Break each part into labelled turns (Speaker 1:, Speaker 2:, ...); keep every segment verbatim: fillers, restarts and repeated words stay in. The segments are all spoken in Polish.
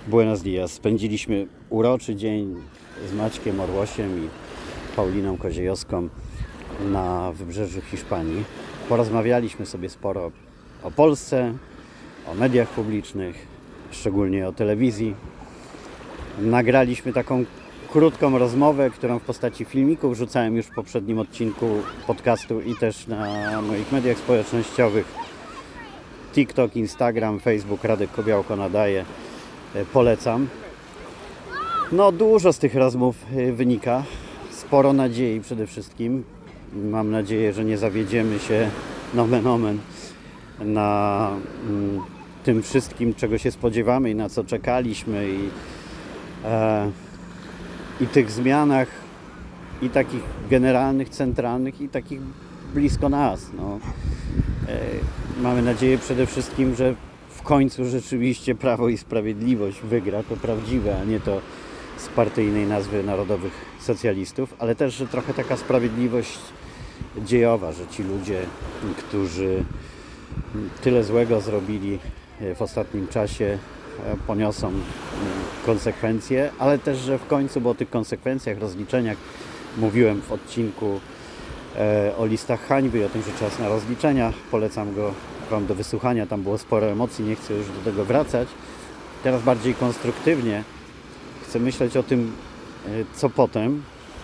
Speaker 1: Buenos dias. Spędziliśmy uroczy dzień z Maćkiem Orłosiem i Pauliną Koziejowską na wybrzeżu Hiszpanii. Porozmawialiśmy sobie sporo o Polsce, o mediach publicznych, szczególnie o telewizji. Nagraliśmy taką krótką rozmowę, którą w postaci filmiku wrzucałem już w poprzednim odcinku podcastu i też na moich mediach społecznościowych TikTok, Instagram, Facebook. Radek Kobiałko nadaje. Polecam. No dużo z tych rozmów wynika. Sporo nadziei przede wszystkim. Mam nadzieję, że nie zawiedziemy się nomen omen na mm, tym wszystkim, czego się spodziewamy i na co czekaliśmy i, e, i tych zmianach i takich generalnych, centralnych i takich blisko nas. No. E, mamy nadzieję przede wszystkim, że w końcu rzeczywiście Prawo i Sprawiedliwość wygra, to prawdziwe, a nie to z partyjnej nazwy narodowych socjalistów, ale też, że trochę taka sprawiedliwość dziejowa, że ci ludzie, którzy tyle złego zrobili w ostatnim czasie, poniosą konsekwencje, ale też, że w końcu, bo o tych konsekwencjach, rozliczeniach mówiłem w odcinku o listach hańby i o tym, że czas na rozliczenia. Polecam go Wam do wysłuchania, tam było sporo emocji, nie chcę już do tego wracać. Teraz bardziej konstruktywnie chcę myśleć o tym, co potem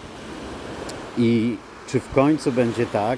Speaker 1: i czy w końcu będzie tak,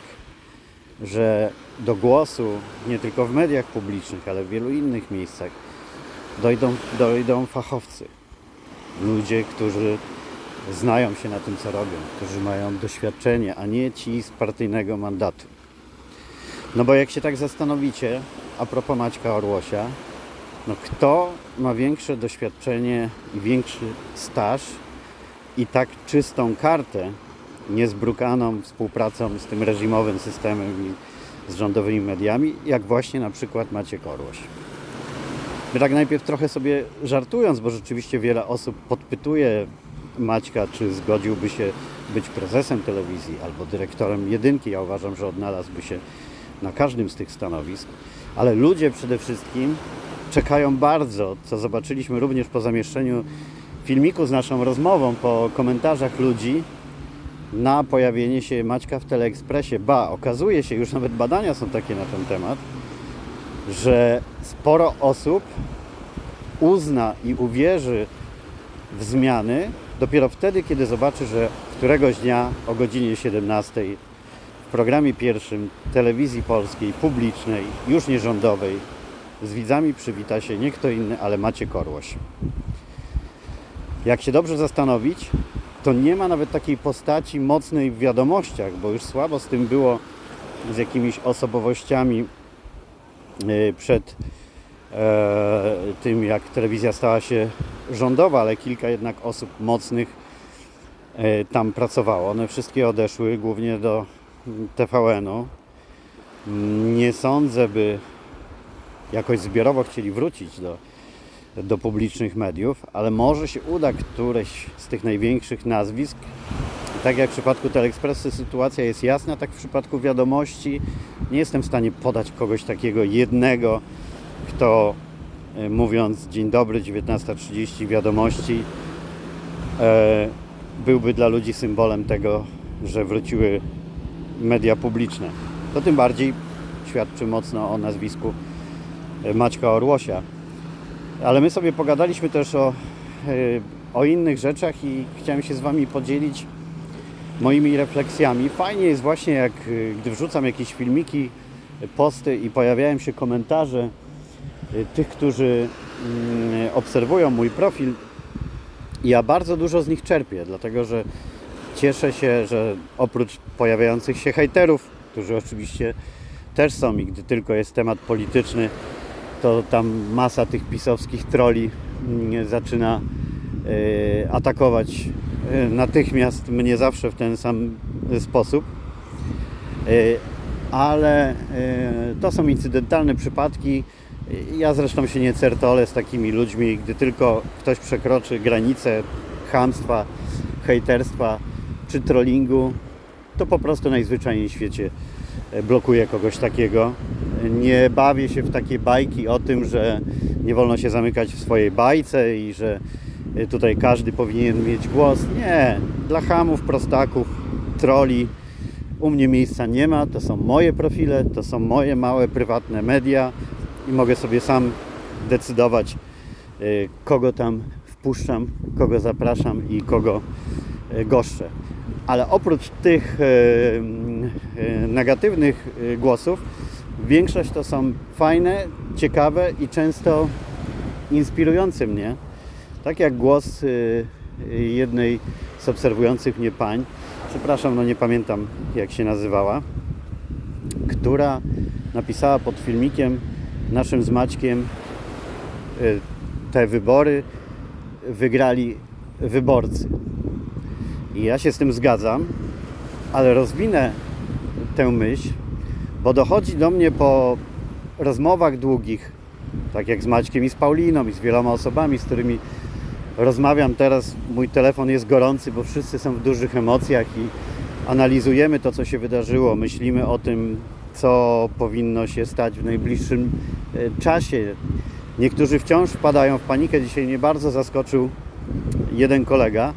Speaker 1: że do głosu nie tylko w mediach publicznych, ale w wielu innych miejscach dojdą, dojdą fachowcy. Ludzie, którzy znają się na tym, co robią, którzy mają doświadczenie, a nie ci z partyjnego mandatu. No bo jak się tak zastanowicie, a propos Maćka Orłosia, no kto ma większe doświadczenie i większy staż i tak czystą kartę, niezbrukaną współpracą z tym reżimowym systemem i z rządowymi mediami, jak właśnie na przykład Maciek Orłoś. My tak najpierw trochę sobie żartując, bo rzeczywiście wiele osób podpytuje Maćka, czy zgodziłby się być prezesem telewizji albo dyrektorem jedynki. Ja uważam, że odnalazłby się na każdym z tych stanowisk, ale ludzie przede wszystkim czekają bardzo, co zobaczyliśmy również po zamieszczeniu filmiku z naszą rozmową, po komentarzach ludzi, na pojawienie się Maćka w Teleekspresie. Ba, okazuje się, już nawet badania są takie na ten temat, że sporo osób uzna i uwierzy w zmiany dopiero wtedy, kiedy zobaczy, że któregoś dnia o godzinie siedemnastej w programie pierwszym telewizji polskiej, publicznej, już nie rządowej, z widzami przywita się nie kto inny, ale Maciek Orłoś. Jak się dobrze zastanowić, to nie ma nawet takiej postaci mocnej w wiadomościach, bo już słabo z tym było z jakimiś osobowościami przed e, tym, jak telewizja stała się rządowa, ale kilka jednak osób mocnych e, tam pracowało. One wszystkie odeszły głównie do T V N-u. Nie sądzę, by jakoś zbiorowo chcieli wrócić do, do publicznych mediów, ale może się uda któreś z tych największych nazwisk. Tak jak w przypadku Teleekspresu sytuacja jest jasna, tak w przypadku wiadomości nie jestem w stanie podać kogoś takiego jednego, kto mówiąc dzień dobry, dziewiętnasta trzydzieści wiadomości, e, byłby dla ludzi symbolem tego, że wróciły media publiczne. To tym bardziej świadczy mocno o nazwisku Maćka Orłosia. Ale my sobie pogadaliśmy też o, o innych rzeczach i chciałem się z Wami podzielić moimi refleksjami. Fajnie jest właśnie, jak gdy wrzucam jakieś filmiki, posty i pojawiają się komentarze tych, którzy obserwują mój profil. Ja bardzo dużo z nich czerpię, dlatego że cieszę się, że oprócz pojawiających się hejterów, którzy oczywiście też są i gdy tylko jest temat polityczny, to tam masa tych pisowskich troli zaczyna y, atakować y, natychmiast mnie zawsze w ten sam sposób. Y, ale y, to są incydentalne przypadki. Ja zresztą się nie certolę z takimi ludźmi, gdy tylko ktoś przekroczy granicę chamstwa, hejterstwa czy trollingu, to po prostu najzwyczajniej w świecie blokuje kogoś takiego. nie bawię się w takie bajki o tym, że nie wolno się zamykać w swojej bajce i że tutaj każdy powinien mieć głos. Nie, dla chamów, prostaków, troli u mnie miejsca nie ma. To są moje profile, to są moje małe, prywatne media i mogę sobie sam decydować, kogo tam wpuszczam, kogo zapraszam i kogo goszczę. Ale oprócz tych negatywnych głosów, większość to są fajne, ciekawe i często inspirujące mnie. Tak jak głos jednej z obserwujących mnie pań, przepraszam, no nie pamiętam jak się nazywała, która napisała pod filmikiem naszym z Maćkiem: te wybory wygrali wyborcy. I ja się z tym zgadzam, ale rozwinę tę myśl, bo dochodzi do mnie po rozmowach długich, tak jak z Maćkiem i z Pauliną i z wieloma osobami, z którymi rozmawiam teraz. Mój telefon jest gorący, bo wszyscy są w dużych emocjach i analizujemy to, co się wydarzyło. Myślimy o tym, co powinno się stać w najbliższym czasie. Niektórzy wciąż wpadają w panikę. Dzisiaj mnie bardzo zaskoczył jeden kolega,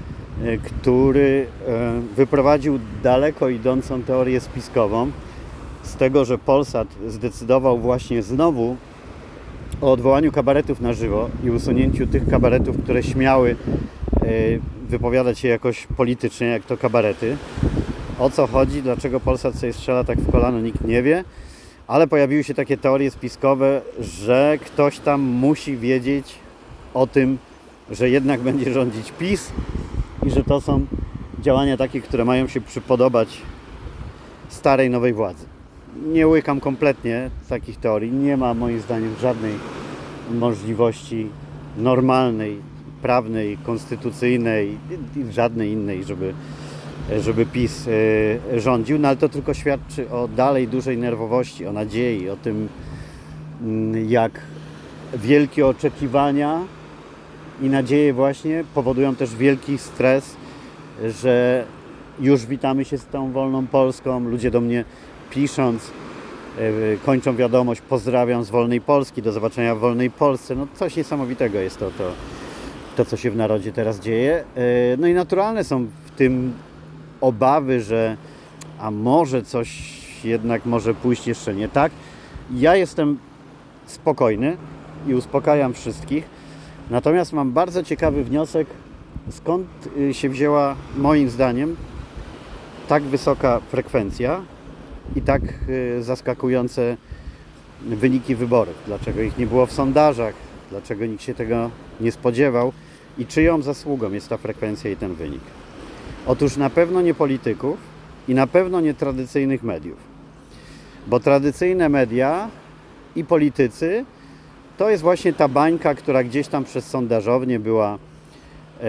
Speaker 1: który wyprowadził daleko idącą teorię spiskową z tego, że Polsat zdecydował właśnie znowu o odwołaniu kabaretów na żywo i usunięciu tych kabaretów, które śmiały wypowiadać się jakoś politycznie, jak to kabarety. O co chodzi, dlaczego Polsat sobie strzela tak w kolano, nikt nie wie, ale pojawiły się takie teorie spiskowe, że ktoś tam musi wiedzieć o tym, że jednak będzie rządzić PiS i że to są działania takie, które mają się przypodobać starej, nowej władzy. Nie łykam kompletnie takich teorii. Nie ma moim zdaniem żadnej możliwości normalnej, prawnej, konstytucyjnej i żadnej innej, żeby, żeby PiS rządził. No ale to tylko świadczy o dalej dużej nerwowości, o nadziei, o tym, jak wielkie oczekiwania i nadzieje właśnie powodują też wielki stres, że już witamy się z tą wolną Polską. Ludzie do mnie pisząc, kończą wiadomość: pozdrawiam z wolnej Polski, do zobaczenia w wolnej Polsce. No coś niesamowitego jest to, to, to co się w narodzie teraz dzieje. No i naturalne są w tym obawy, że a może coś jednak może pójść jeszcze nie tak. Ja jestem spokojny i uspokajam wszystkich. Natomiast mam bardzo ciekawy wniosek, skąd się wzięła moim zdaniem tak wysoka frekwencja i tak zaskakujące wyniki wyborów. Dlaczego ich nie było w sondażach? Dlaczego nikt się tego nie spodziewał? I czyją zasługą jest ta frekwencja i ten wynik? Otóż na pewno nie polityków i na pewno nie tradycyjnych mediów. Bo tradycyjne media i politycy to jest właśnie ta bańka, która gdzieś tam przez sondażownię była e,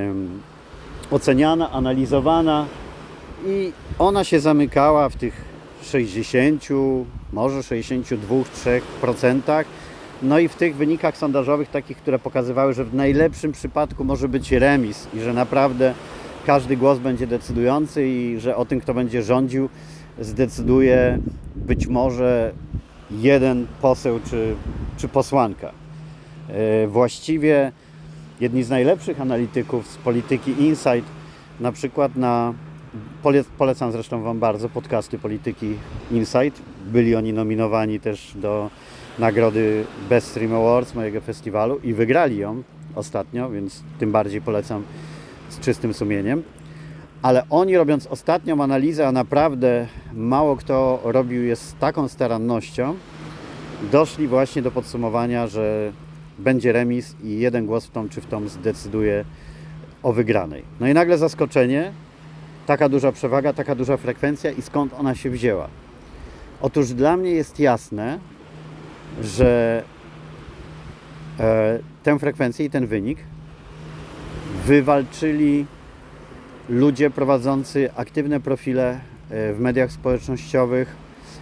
Speaker 1: oceniana, analizowana i ona się zamykała w tych sześćdziesięciu, może sześćdziesięciu dwóch do trzech procent. No i w tych wynikach sondażowych takich, które pokazywały, że w najlepszym przypadku może być remis i że naprawdę każdy głos będzie decydujący i że o tym, kto będzie rządził, zdecyduje być może jeden poseł czy, czy posłanka. Yy, właściwie jedni z najlepszych analityków z polityki Insight, na przykład na, polecam zresztą Wam bardzo podcasty polityki Insight, byli oni nominowani też do nagrody Best Stream Awards mojego festiwalu i wygrali ją ostatnio, więc tym bardziej polecam z czystym sumieniem. Ale oni, robiąc ostatnią analizę, a naprawdę mało kto robił je z taką starannością, doszli właśnie do podsumowania, że będzie remis i jeden głos w tą czy w tą zdecyduje o wygranej. No i nagle zaskoczenie, taka duża przewaga, taka duża frekwencja i skąd ona się wzięła? Otóż dla mnie jest jasne, że e, tę frekwencję i ten wynik wywalczyli ludzie prowadzący aktywne profile w mediach społecznościowych,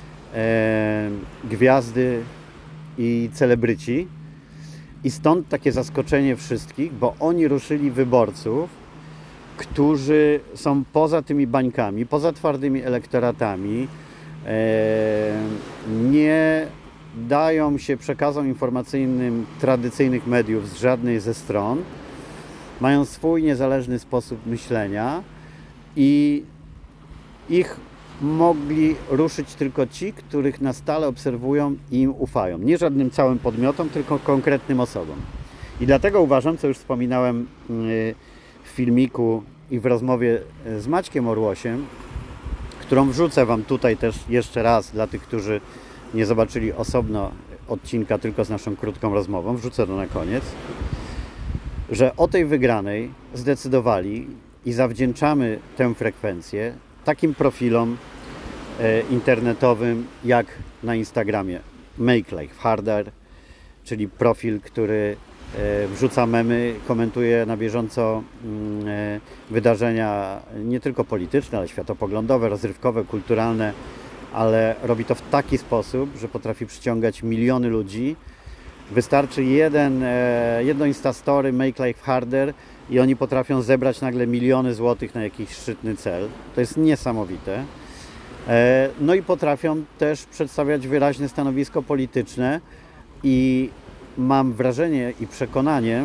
Speaker 1: e, gwiazdy i celebryci. I stąd takie zaskoczenie wszystkich, bo oni ruszyli wyborców, którzy są poza tymi bańkami, poza twardymi elektoratami, nie dają się przekazom informacyjnym tradycyjnych mediów z żadnej ze stron, mają swój niezależny sposób myślenia i ich mogli ruszyć tylko ci, których na stale obserwują i im ufają. Nie żadnym całym podmiotom, tylko konkretnym osobom. I dlatego uważam, co już wspominałem w filmiku i w rozmowie z Maćkiem Orłosiem, którą wrzucę Wam tutaj też jeszcze raz dla tych, którzy nie zobaczyli osobno odcinka, tylko z naszą krótką rozmową, wrzucę to na koniec, że o tej wygranej zdecydowali i zawdzięczamy tę frekwencję takim profilom e, internetowym jak na Instagramie Make Life Harder, czyli profil, który e, wrzuca memy, komentuje na bieżąco e, wydarzenia nie tylko polityczne, ale światopoglądowe, rozrywkowe, kulturalne, ale robi to w taki sposób, że potrafi przyciągać miliony ludzi. Wystarczy jeden, e, jedno Instastory Make Life Harder i oni potrafią zebrać nagle miliony złotych na jakiś szczytny cel. To jest niesamowite. E, no i potrafią też przedstawiać wyraźne stanowisko polityczne i mam wrażenie i przekonanie,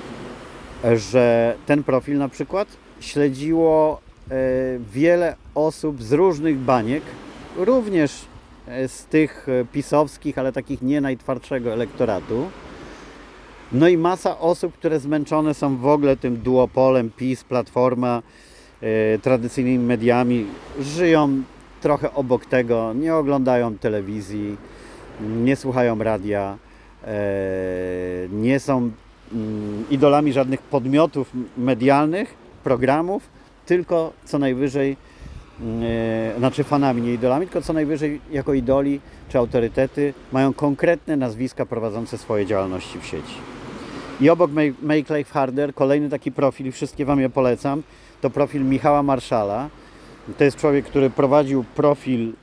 Speaker 1: że ten profil na przykład śledziło e, wiele osób z różnych baniek, również z tych pisowskich, ale takich nie najtwardszego elektoratu. No i masa osób, które zmęczone są w ogóle tym duopolem PiS, Platforma, e, tradycyjnymi mediami, żyją trochę obok tego, nie oglądają telewizji, nie słuchają radia, e, nie są mm, idolami żadnych podmiotów medialnych, programów, tylko co najwyżej Yy, znaczy fanami, nie idolami, tylko co najwyżej jako idoli czy autorytety mają konkretne nazwiska prowadzące swoje działalności w sieci. I obok Make Life Harder kolejny taki profil, wszystkie Wam je polecam, to profil Michała Marszala. To jest człowiek, który prowadził profil yy,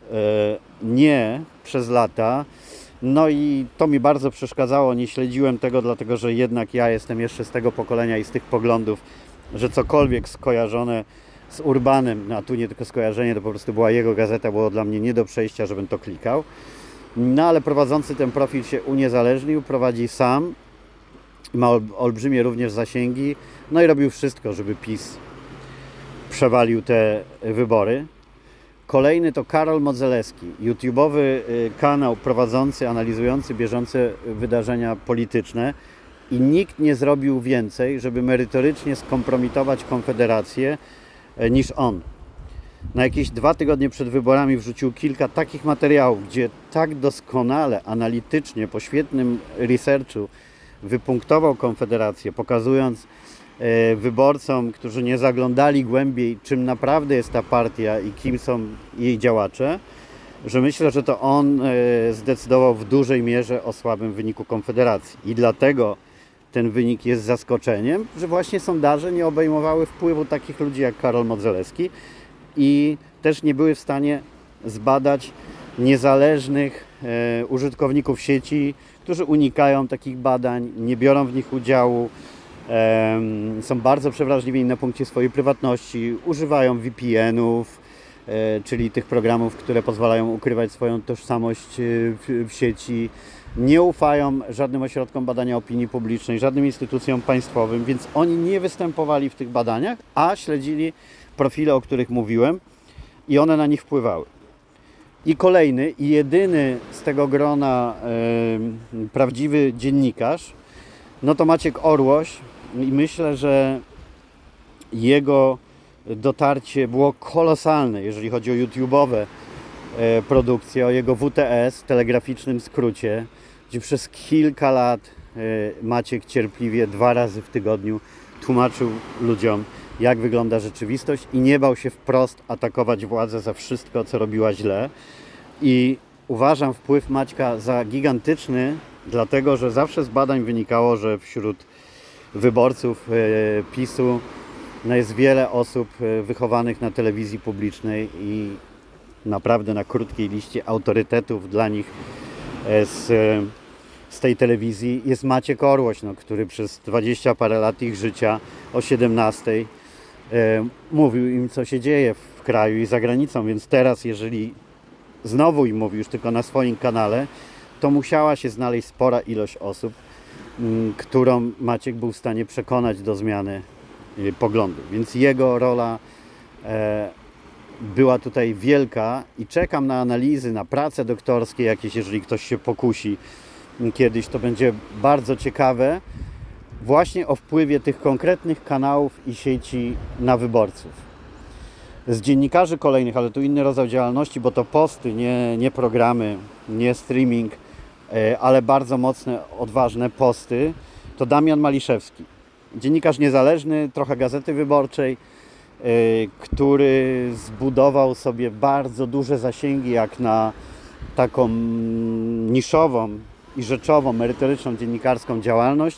Speaker 1: nie przez lata, no i to mi bardzo przeszkadzało, nie śledziłem tego, dlatego że jednak ja jestem jeszcze z tego pokolenia i z tych poglądów, że cokolwiek skojarzone z Urbanem, no a tu nie tylko skojarzenie, to po prostu była jego gazeta, było dla mnie nie do przejścia, żebym to klikał. No ale prowadzący ten profil się uniezależnił, prowadzi sam, ma olbrzymie również zasięgi, no i robił wszystko, żeby PiS przewalił te wybory. Kolejny to Karol Modzelewski, YouTube'owy kanał prowadzący, analizujący bieżące wydarzenia polityczne i nikt nie zrobił więcej, żeby merytorycznie skompromitować Konfederację niż on. Na jakieś dwa tygodnie przed wyborami wrzucił kilka takich materiałów, gdzie tak doskonale, analitycznie, po świetnym researchu wypunktował Konfederację, pokazując e, wyborcom, którzy nie zaglądali głębiej, czym naprawdę jest ta partia i kim są jej działacze, że myślę, że to on e, zdecydował w dużej mierze o słabym wyniku Konfederacji. I dlatego ten wynik jest zaskoczeniem, że właśnie sondaże nie obejmowały wpływu takich ludzi jak Karol Modzelewski i też nie były w stanie zbadać niezależnych e, użytkowników sieci, którzy unikają takich badań, nie biorą w nich udziału, e, są bardzo przewrażliwieni na punkcie swojej prywatności, używają V P N-ów, e, czyli tych programów, które pozwalają ukrywać swoją tożsamość w, w sieci, nie ufają żadnym ośrodkom badania opinii publicznej, żadnym instytucjom państwowym, więc oni nie występowali w tych badaniach, a śledzili profile, o których mówiłem i one na nich wpływały. I kolejny i jedyny z tego grona e, prawdziwy dziennikarz, no to Maciek Orłoś i myślę, że jego dotarcie było kolosalne, jeżeli chodzi o YouTube'owe e, produkcje, o jego W T S, telegraficznym skrócie, gdzie przez kilka lat e, Maciek cierpliwie dwa razy w tygodniu tłumaczył ludziom, jak wygląda rzeczywistość i nie bał się wprost atakować władzę za wszystko, co robiła źle. I uważam wpływ Maćka za gigantyczny, dlatego że zawsze z badań wynikało, że wśród wyborców e, PiSu no jest wiele osób e, wychowanych na telewizji publicznej i naprawdę na krótkiej liście autorytetów dla nich e, z, e, z tej telewizji jest Maciek Orłoś, no, który przez dwadzieścia parę lat ich życia o siedemnastej e, mówił im, co się dzieje w kraju i za granicą, więc teraz jeżeli znowu i mówi już tylko na swoim kanale, to musiała się znaleźć spora ilość osób, którą Maciek był w stanie przekonać do zmiany poglądów. Więc jego rola była tutaj wielka i czekam na analizy, na prace doktorskie jakieś, jeżeli ktoś się pokusi kiedyś, to będzie bardzo ciekawe, właśnie o wpływie tych konkretnych kanałów i sieci na wyborców. Z dziennikarzy kolejnych, ale tu inny rodzaj działalności, bo to posty, nie, nie programy, nie streaming, ale bardzo mocne, odważne posty, to Damian Maliszewski. Dziennikarz niezależny, trochę Gazety Wyborczej, który zbudował sobie bardzo duże zasięgi jak na taką niszową i rzeczową, merytoryczną, dziennikarską działalność.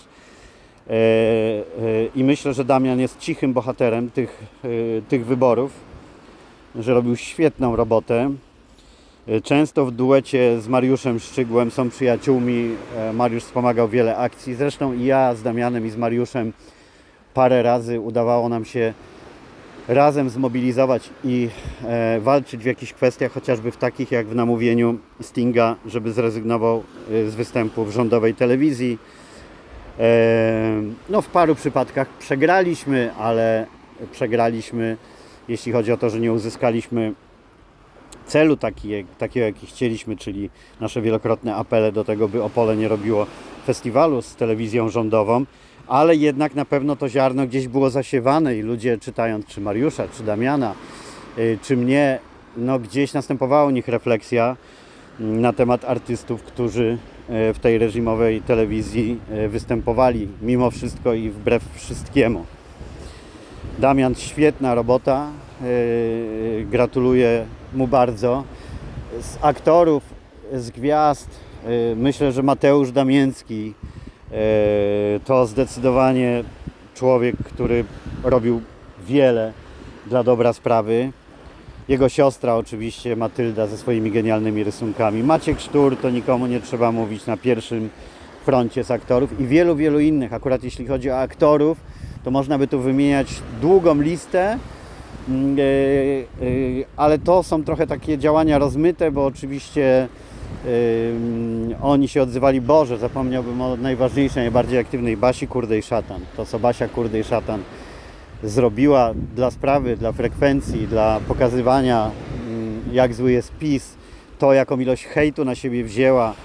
Speaker 1: I myślę, że Damian jest cichym bohaterem tych, tych wyborów, że robił świetną robotę. Często w duecie z Mariuszem Szczygłem są przyjaciółmi. Mariusz wspomagał wiele akcji. Zresztą i ja z Damianem i z Mariuszem parę razy udawało nam się razem zmobilizować i e, walczyć w jakichś kwestiach, chociażby w takich jak w namówieniu Stinga, żeby zrezygnował e, z występu w rządowej telewizji. E, no w paru przypadkach przegraliśmy, ale przegraliśmy, jeśli chodzi o to, że nie uzyskaliśmy celu taki, takiego, jaki chcieliśmy, czyli nasze wielokrotne apele do tego, by Opole nie robiło festiwalu z telewizją rządową, ale jednak na pewno to ziarno gdzieś było zasiewane i ludzie, czytając czy Mariusza, czy Damiana, czy mnie, no gdzieś następowała u nich refleksja na temat artystów, którzy w tej reżimowej telewizji występowali mimo wszystko i wbrew wszystkiemu. Damian, świetna robota, gratuluję mu bardzo. Z aktorów, z gwiazd, myślę, że Mateusz Damięcki to zdecydowanie człowiek, który robił wiele dla dobra sprawy. Jego siostra oczywiście, Matylda, ze swoimi genialnymi rysunkami. Maciek Sztur, to nikomu nie trzeba mówić, na pierwszym froncie z aktorów i wielu, wielu innych. Akurat jeśli chodzi o aktorów, to można by tu wymieniać długą listę, ale to są trochę takie działania rozmyte, bo oczywiście oni się odzywali. Boże, zapomniałbym o najważniejszej, najbardziej aktywnej Basi Kurdej-Szatan. To, co Basia Kurdej-Szatan zrobiła dla sprawy, dla frekwencji, dla pokazywania, jak zły jest PiS, to jaką ilość hejtu na siebie wzięła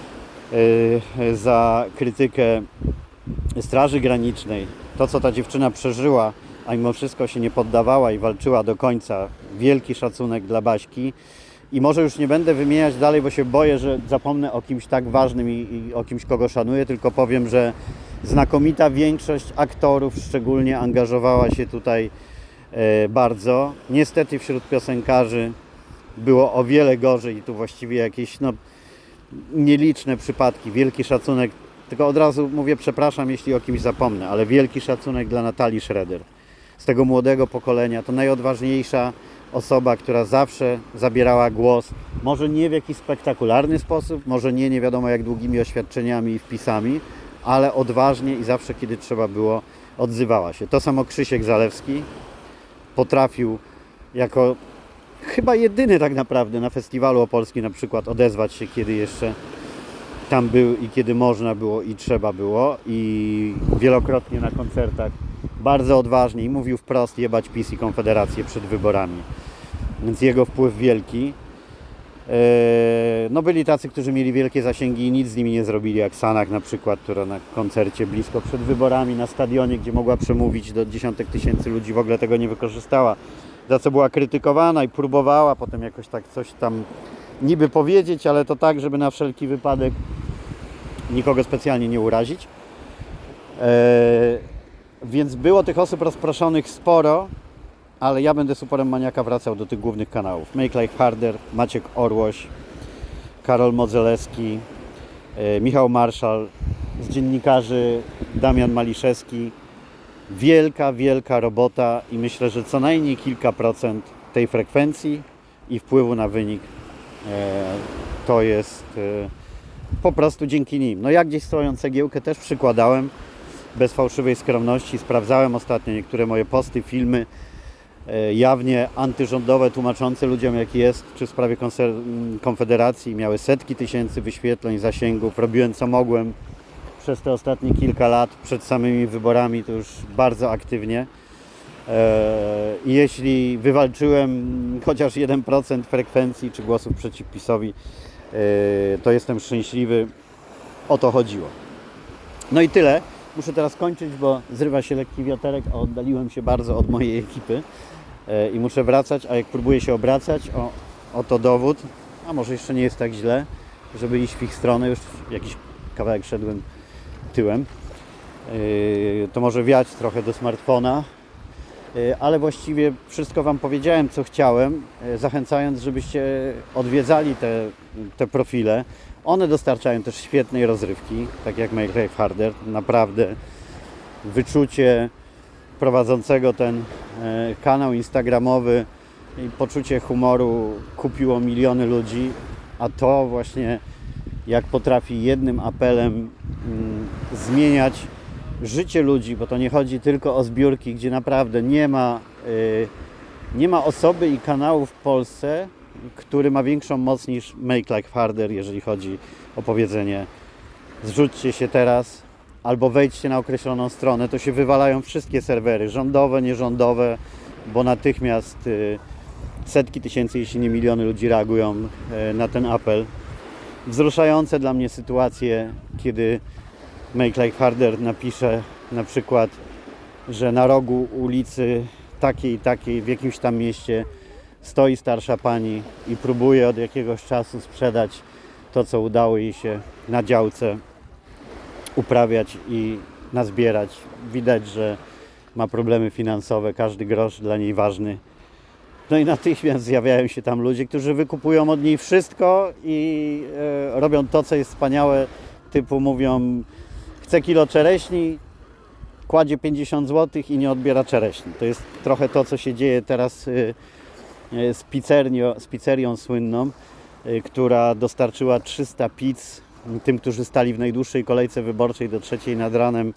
Speaker 1: za krytykę Straży Granicznej, to co ta dziewczyna przeżyła, a mimo wszystko się nie poddawała i walczyła do końca. Wielki szacunek dla Baśki. I może już nie będę wymieniać dalej, bo się boję, że zapomnę o kimś tak ważnym i, i o kimś, kogo szanuję, tylko powiem, że znakomita większość aktorów szczególnie angażowała się tutaj e, bardzo. Niestety wśród piosenkarzy było o wiele gorzej i tu właściwie jakieś no, nieliczne przypadki. Wielki szacunek, tylko od razu mówię, przepraszam, jeśli o kimś zapomnę, ale wielki szacunek dla Natalii Schroeder. Z tego młodego pokolenia, to najodważniejsza osoba, która zawsze zabierała głos, może nie w jakiś spektakularny sposób, może nie nie wiadomo jak długimi oświadczeniami i wpisami, ale odważnie i zawsze, kiedy trzeba było, odzywała się. To samo Krzysiek Zalewski potrafił jako chyba jedyny tak naprawdę na festiwalu opolskim na przykład odezwać się, kiedy jeszcze tam był i kiedy można było i trzeba było, i wielokrotnie na koncertach bardzo odważnie i mówił wprost jebać PiS i Konfederację przed wyborami. Więc jego wpływ wielki. No byli tacy, którzy mieli wielkie zasięgi i nic z nimi nie zrobili, jak Sanach na przykład, która na koncercie blisko przed wyborami na stadionie, gdzie mogła przemówić do dziesiątek tysięcy ludzi, w ogóle tego nie wykorzystała, za co była krytykowana i próbowała potem jakoś tak coś tam niby powiedzieć, ale to tak, żeby na wszelki wypadek nikogo specjalnie nie urazić. Więc było tych osób rozproszonych sporo, ale ja będę z uporem maniaka wracał do tych głównych kanałów. Make Life Harder, Maciek Orłoś, Karol Modzelewski, e, Michał Marszal, z dziennikarzy Damian Maliszewski. Wielka, wielka robota i myślę, że co najmniej kilka procent tej frekwencji i wpływu na wynik e, to jest e, po prostu dzięki nim. No ja gdzieś swoją cegiełkę też przykładałem, bez fałszywej skromności. Sprawdzałem ostatnio niektóre moje posty, filmy jawnie antyrządowe, tłumaczące ludziom jak jest, czy w sprawie Konfederacji. Miały setki tysięcy wyświetleń, zasięgów. Robiłem co mogłem przez te ostatnie kilka lat, przed samymi wyborami, to już bardzo aktywnie. I jeśli wywalczyłem chociaż jeden procent frekwencji czy głosów przeciw PiS-owi, to jestem szczęśliwy. O to chodziło. No i tyle. Muszę teraz kończyć, bo zrywa się lekki wiaterek, a oddaliłem się bardzo od mojej ekipy i muszę wracać, a jak próbuję się obracać, o, oto dowód, a może jeszcze nie jest tak źle, żeby iść w ich stronę, już jakiś kawałek szedłem tyłem, to może wiać trochę do smartfona, ale właściwie wszystko Wam powiedziałem, co chciałem, zachęcając, żebyście odwiedzali te, te profile. One dostarczają też świetnej rozrywki, tak jak Make Life Harder. Naprawdę wyczucie prowadzącego ten kanał instagramowy i poczucie humoru kupiło miliony ludzi, a to właśnie jak potrafi jednym apelem mm, zmieniać życie ludzi, bo to nie chodzi tylko o zbiórki, gdzie naprawdę nie ma, yy, nie ma osoby i kanału w Polsce, który ma większą moc niż Make Life Harder, jeżeli chodzi o powiedzenie zrzućcie się teraz albo wejdźcie na określoną stronę, to się wywalają wszystkie serwery, rządowe, nierządowe, bo natychmiast y, setki tysięcy, jeśli nie miliony ludzi reagują y, na ten apel. Wzruszające dla mnie sytuacje, kiedy Make Life Harder napisze na przykład, że na rogu ulicy takiej i takiej w jakimś tam mieście stoi starsza pani i próbuje od jakiegoś czasu sprzedać to, co udało jej się na działce uprawiać i nazbierać. Widać, że ma problemy finansowe, każdy grosz dla niej ważny. No i natychmiast zjawiają się tam ludzie, którzy wykupują od niej wszystko i e, robią to, co jest wspaniałe, typu mówią: chcę kilo czereśni, kładzie pięćdziesiąt złotych i nie odbiera czereśni. To jest trochę to, co się dzieje teraz e, z, pizzerią, z pizzerią słynną, e, która dostarczyła trzysta pizz tym, którzy stali w najdłuższej kolejce wyborczej do trzeciej nad ranem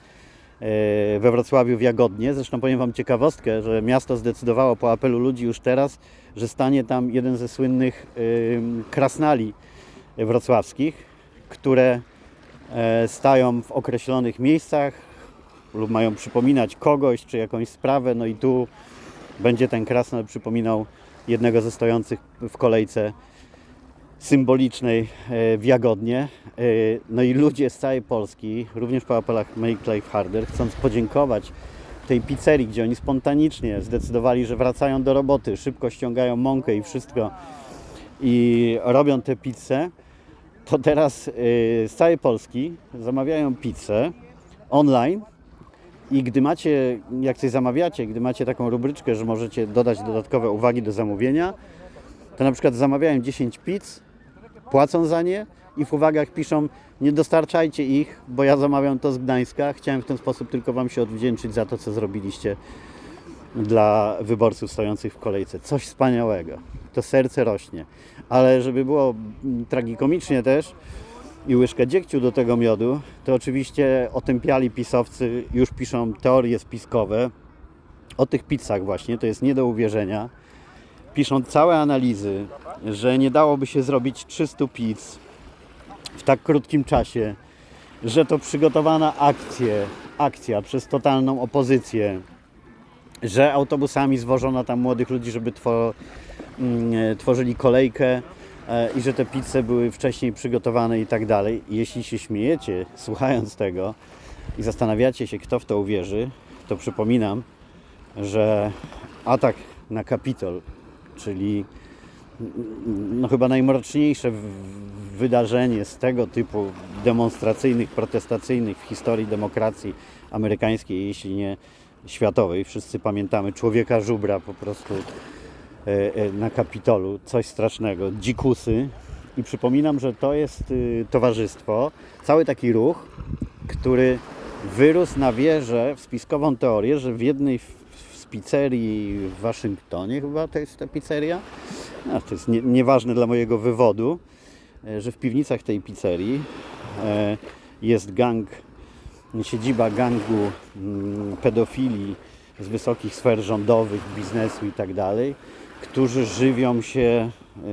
Speaker 1: we Wrocławiu w Jagodnie. Zresztą powiem Wam ciekawostkę, że miasto zdecydowało po apelu ludzi już teraz, że stanie tam jeden ze słynnych krasnali wrocławskich, które stają w określonych miejscach lub mają przypominać kogoś czy jakąś sprawę. No i tu będzie ten krasnal przypominał jednego ze stojących w kolejce symbolicznej w Jagodnie. No i ludzie z całej Polski, również po apelach Make Life Harder, chcąc podziękować tej pizzerii, gdzie oni spontanicznie zdecydowali, że wracają do roboty, szybko ściągają mąkę i wszystko i robią tę pizzę, to teraz z całej Polski zamawiają pizzę online i gdy macie, jak coś zamawiacie, gdy macie taką rubryczkę, że możecie dodać dodatkowe uwagi do zamówienia, to na przykład zamawiają dziesięć pizz, płacą za nie i w uwagach piszą: nie dostarczajcie ich, bo ja zamawiam to z Gdańska. Chciałem w ten sposób tylko Wam się odwdzięczyć za to, co zrobiliście dla wyborców stojących w kolejce. Coś wspaniałego. To serce rośnie. Ale żeby było tragikomicznie też i łyżkę dziegciu do tego miodu, to oczywiście otępiali pisowcy już piszą teorie spiskowe o tych pizzach właśnie. To jest nie do uwierzenia. Piszą całe analizy, że nie dałoby się zrobić trzystu pizz w tak krótkim czasie, że to przygotowana akcja, akcja przez totalną opozycję, że autobusami zwożono tam młodych ludzi, żeby two, mm, tworzyli kolejkę e, i że te pizze były wcześniej przygotowane i tak dalej. Jeśli się śmiejecie, słuchając tego i zastanawiacie się, kto w to uwierzy, to przypominam, że atak na Kapitol, czyli no chyba najmroczniejsze wydarzenie z tego typu demonstracyjnych, protestacyjnych w historii demokracji amerykańskiej, jeśli nie światowej. Wszyscy pamiętamy człowieka żubra po prostu na Kapitolu. Coś strasznego. Dzikusy. I przypominam, że to jest towarzystwo, cały taki ruch, który wyrósł na wierze w spiskową teorię, że w jednej z pizzerii w Waszyngtonie, chyba to jest ta pizzeria, no, to jest nie, nieważne dla mojego wywodu, że w piwnicach tej pizzerii jest gang, siedziba gangu pedofili z wysokich sfer rządowych, biznesu i tak dalej, którzy żywią się,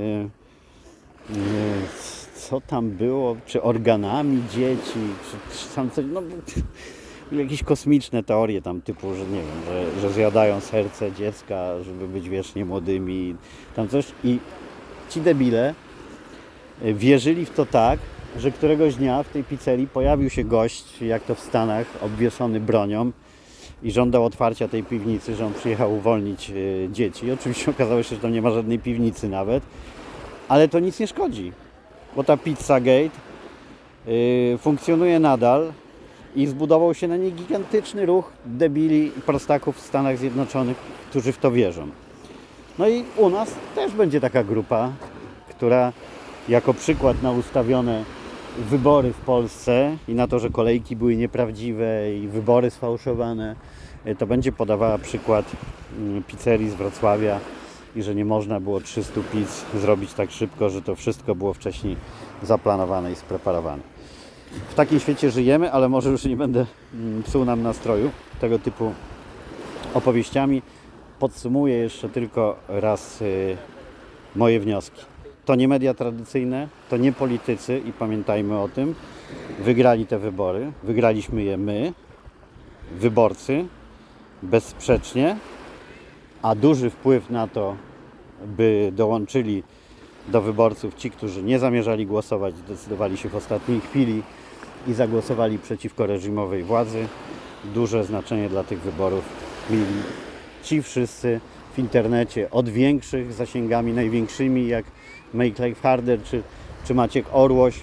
Speaker 1: yy, yy, co tam było, czy organami dzieci, czy, czy tam coś, no jakieś kosmiczne teorie tam typu, że nie wiem, że, że zjadają serce dziecka, żeby być wiecznie młodymi, tam coś. I ci debile wierzyli w to tak, że któregoś dnia w tej pizzerii pojawił się gość, jak to w Stanach, obwieszony bronią i żądał otwarcia tej piwnicy, że on przyjechał uwolnić y, dzieci. I oczywiście okazało się, że tam nie ma żadnej piwnicy nawet, ale to nic nie szkodzi, bo ta Pizzagate y, funkcjonuje nadal i zbudował się na niej gigantyczny ruch debili i prostaków w Stanach Zjednoczonych, którzy w to wierzą. No i u nas też będzie taka grupa, która jako przykład na ustawione wybory w Polsce i na to, że kolejki były nieprawdziwe i wybory sfałszowane, to będzie podawała przykład pizzerii z Wrocławia i że nie można było trzystu pizz zrobić tak szybko, że to wszystko było wcześniej zaplanowane i spreparowane. W takim świecie żyjemy, ale może już nie będę psuł nam nastroju tego typu opowieściami. Podsumuję jeszcze tylko raz y, moje wnioski. To nie media tradycyjne, to nie politycy i pamiętajmy o tym. Wygrali te wybory, wygraliśmy je my, wyborcy, bezsprzecznie, a duży wpływ na to, by dołączyli do wyborców ci, którzy nie zamierzali głosować, zdecydowali się w ostatniej chwili i zagłosowali przeciwko reżimowej władzy. Duże znaczenie dla tych wyborów mieli ci wszyscy w internecie, od większych zasięgami, największymi jak Make Life Harder czy, czy Maciek Orłoś,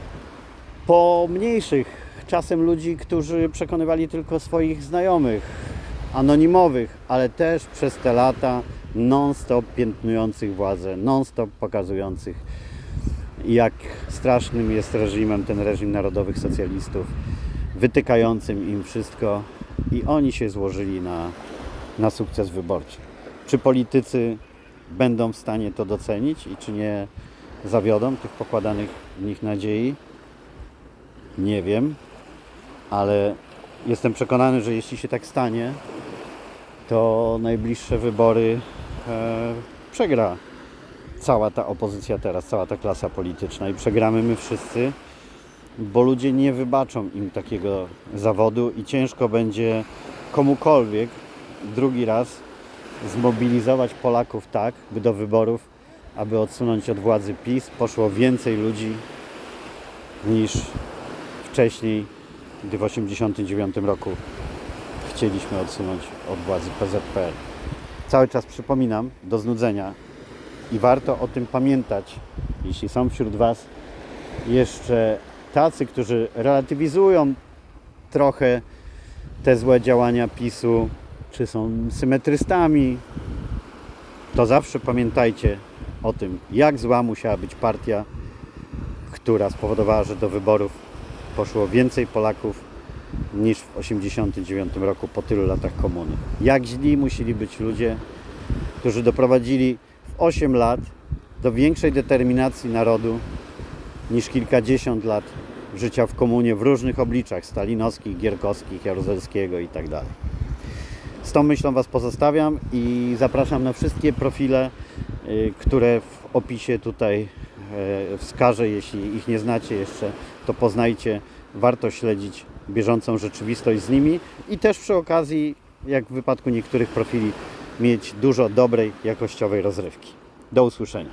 Speaker 1: po mniejszych, czasem ludzi, którzy przekonywali tylko swoich znajomych, anonimowych, ale też przez te lata non-stop piętnujących władzę, non-stop pokazujących, jak strasznym jest reżimem ten reżim narodowych socjalistów, wytykającym im wszystko i oni się złożyli na, na sukces wyborczy. Czy politycy będą w stanie to docenić i czy nie zawiodą tych pokładanych w nich nadziei? Nie wiem, ale jestem przekonany, że jeśli się tak stanie, to najbliższe wybory e, przegra cała ta opozycja teraz, cała ta klasa polityczna i przegramy my wszyscy, bo ludzie nie wybaczą im takiego zawodu i ciężko będzie komukolwiek drugi raz zmobilizować Polaków tak, by do wyborów, aby odsunąć od władzy PiS, poszło więcej ludzi niż wcześniej, gdy w osiemdziesiątym dziewiątym roku chcieliśmy odsunąć od władzy P Z P R. Cały czas przypominam do znudzenia i warto o tym pamiętać, jeśli są wśród Was jeszcze tacy, którzy relatywizują trochę te złe działania PiSu, czy są symetrystami, to zawsze pamiętajcie o tym, jak zła musiała być partia, która spowodowała, że do wyborów poszło więcej Polaków niż w osiemdziesiątym dziewiątym roku po tylu latach komuny. Jak źli musieli być ludzie, którzy doprowadzili w osiem lat do większej determinacji narodu niż kilkadziesiąt lat życia w komunie w różnych obliczach stalinowskich, gierkowskich, Jaruzelskiego i tak dalej. Z tą myślą Was pozostawiam i zapraszam na wszystkie profile, które w opisie tutaj wskażę. Jeśli ich nie znacie jeszcze, to poznajcie. Warto śledzić bieżącą rzeczywistość z nimi i też przy okazji, jak w wypadku niektórych profili, mieć dużo dobrej, jakościowej rozrywki. Do usłyszenia.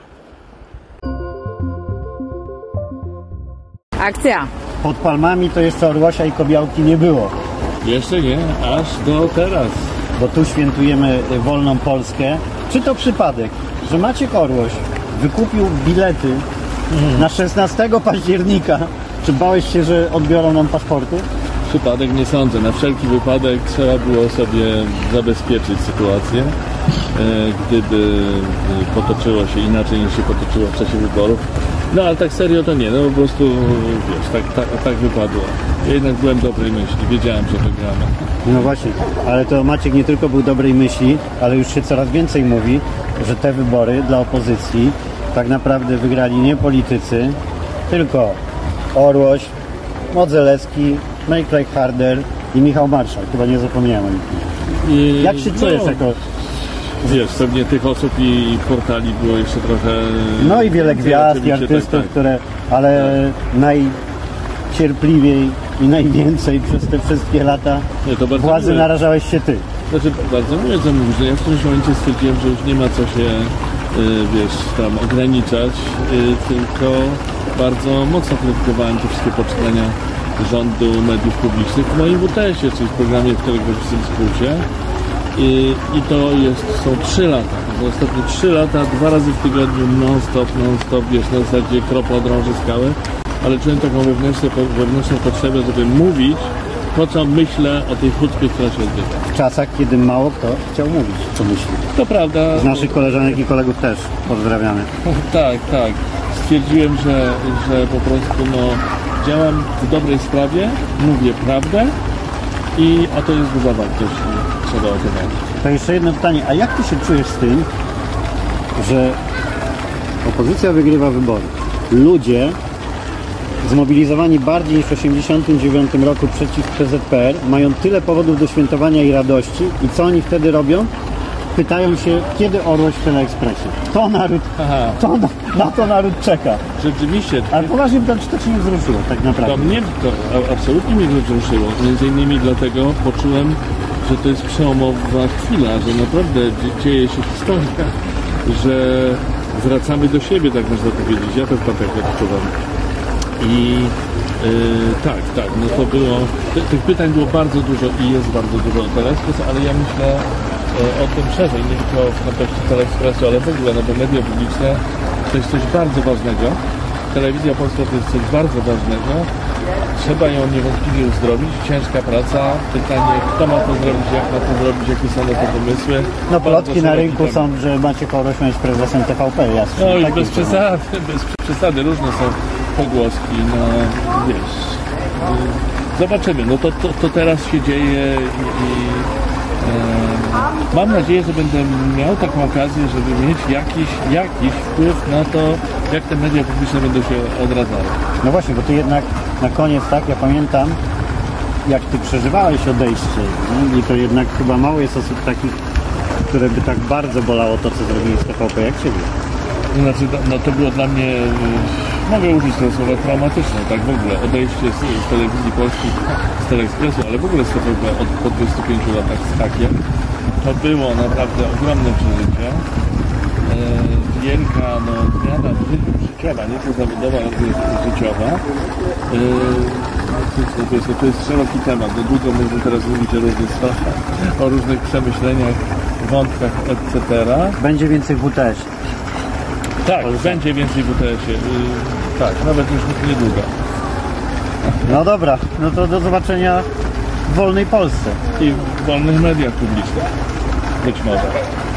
Speaker 2: Akcja!
Speaker 1: Pod palmami to jeszcze Orłosia i Kobiałki nie było.
Speaker 3: Jeszcze nie, aż do teraz.
Speaker 1: Bo tu świętujemy wolną Polskę. Czy to przypadek, że Maciek Orłoś wykupił bilety mm. na szesnastego października? Czy bałeś się, że odbiorą nam paszporty?
Speaker 3: Przypadek nie sądzę. Na wszelki wypadek trzeba było sobie zabezpieczyć sytuację. Gdyby potoczyło się inaczej niż się potoczyło w czasie wyborów. No ale tak serio to nie, no po prostu wiesz, tak, tak, tak wypadło. Ja jednak byłem dobrej myśli, wiedziałem, że wygramy.
Speaker 1: No właśnie, ale to Maciek nie tylko był dobrej myśli, ale już się coraz więcej mówi, że te wybory dla opozycji tak naprawdę wygrali nie politycy, tylko Orłoś, Modzelewski, Make Life Harder i Michał Marszałek. Chyba nie zapomniałem o nich.
Speaker 3: I,
Speaker 1: Jak się czujesz
Speaker 3: no,
Speaker 1: jako...
Speaker 3: Wiesz, pewnie tych osób i portali było jeszcze trochę...
Speaker 1: No i wiele gwiazd i
Speaker 3: oczywiście,
Speaker 1: artystów,
Speaker 3: tak, tak.
Speaker 1: które... Ale najcierpliwiej i najwięcej przez te wszystkie lata
Speaker 3: Nie, to bardzo
Speaker 1: władzy
Speaker 3: miłe.
Speaker 1: narażałeś się ty.
Speaker 3: Znaczy, bardzo miłe co mówisz, że ja w którymś momencie stwierdziłem, że już nie ma co się, y, wiesz, tam ograniczać, y, tylko bardzo mocno krytykowałem te wszystkie poczynania rządu mediów publicznych w moim W T S-ie, czyli w programie w telegraficznym skrócie. I, I to jest, są trzy lata. Za ostatnie trzy lata, dwa razy w tygodniu, non-stop, non-stop, wiesz, na zasadzie kropa drąży skały, ale czułem taką wewnętrzną, wewnętrzną potrzebę, żeby mówić to, co myślę o tej hucpie, która się odbywa.
Speaker 1: W czasach, kiedy mało kto chciał mówić, co myśli.
Speaker 3: To prawda.
Speaker 1: Z naszych koleżanek i kolegów też pozdrawiamy.
Speaker 3: Tak, tak. Stwierdziłem, że, że po prostu no, działam w dobrej sprawie, mówię prawdę i a to jest duża wartość i trzeba o tym pamiętać.
Speaker 1: To jeszcze jedno pytanie, a jak ty się czujesz z tym, że opozycja wygrywa wybory? Ludzie zmobilizowani bardziej niż w tysiąc dziewięćset osiemdziesiątym dziewiątym roku przeciw P Z P R mają tyle powodów do świętowania i radości i co oni wtedy robią? Pytają się, kiedy orłość w Teleekspresie. To naród,
Speaker 3: Aha.
Speaker 1: to na, na to naród czeka.
Speaker 3: Rzeczywiście,
Speaker 1: Ale poważnie pytam, czy to cię nie wzruszyło tak
Speaker 3: to
Speaker 1: naprawdę?
Speaker 3: mnie to a- absolutnie mnie to wzruszyło. Między innymi dlatego poczułem, że to jest przełomowa chwila, że naprawdę dzie- dzieje się historia, że wracamy do siebie, tak można powiedzieć. Ja to tak odczuwam. I yy, tak, tak, no to było, ty, tych pytań było bardzo dużo i jest bardzo dużo o Teleekspres, ale ja myślę yy, o tym szerzej, nie tylko w kontekście Teleekspresu, ale w ogóle, no bo media publiczne to jest coś bardzo ważnego. Telewizja polska to jest coś bardzo ważnego. Trzeba ją niewątpliwie uzdrowić. Ciężka praca. Pytanie, kto ma to zrobić, jak ma to zrobić, jakie są na to pomysły.
Speaker 1: No
Speaker 3: Bardzo
Speaker 1: plotki na
Speaker 3: szeroki
Speaker 1: rynku
Speaker 3: temat.
Speaker 1: są, że Maciek Oroś ma być prezesem T V P. Ja
Speaker 3: No już
Speaker 1: tak
Speaker 3: bez
Speaker 1: myślę.
Speaker 3: przesady, bez przesady, różne są pogłoski, no wiesz. y, Zobaczymy, no to, to, to teraz się dzieje i, i e, mam nadzieję, że będę miał taką okazję, żeby mieć jakiś, jakiś wpływ na to, jak te media publiczne będą się odradzały.
Speaker 1: No właśnie, bo ty jednak na koniec, tak, ja pamiętam, jak ty przeżywałeś odejście, nie? I to jednak chyba mało jest osób takich, które by tak bardzo bolało to, co zrobili z T V P jak ciebie.
Speaker 3: To znaczy, no, no to było dla mnie, y, mogę użyć tego słowa, traumatyczne, tak w ogóle, odejście z, z telewizji polskiej, z Teleekspresu, ale w ogóle z T V P od, po dwudziestu pięciu latach z hakiem, to było naprawdę ogromne przeżycie. E, wielka no, zmiana w życiu życiowa, nie tylko zawodowa, ale też życiowa. E, to, to, jest, to jest szeroki temat, no, długo można teraz mówić o różnych sprawach, o różnych przemyśleniach, wątkach, et cetera.
Speaker 1: Będzie więcej W T S.
Speaker 3: Tak, będzie więcej w W T S-ie. Yy, tak, nawet już niedługo.
Speaker 1: No dobra, no to do zobaczenia w wolnej Polsce.
Speaker 3: I w wolnych mediach publicznych. Być może.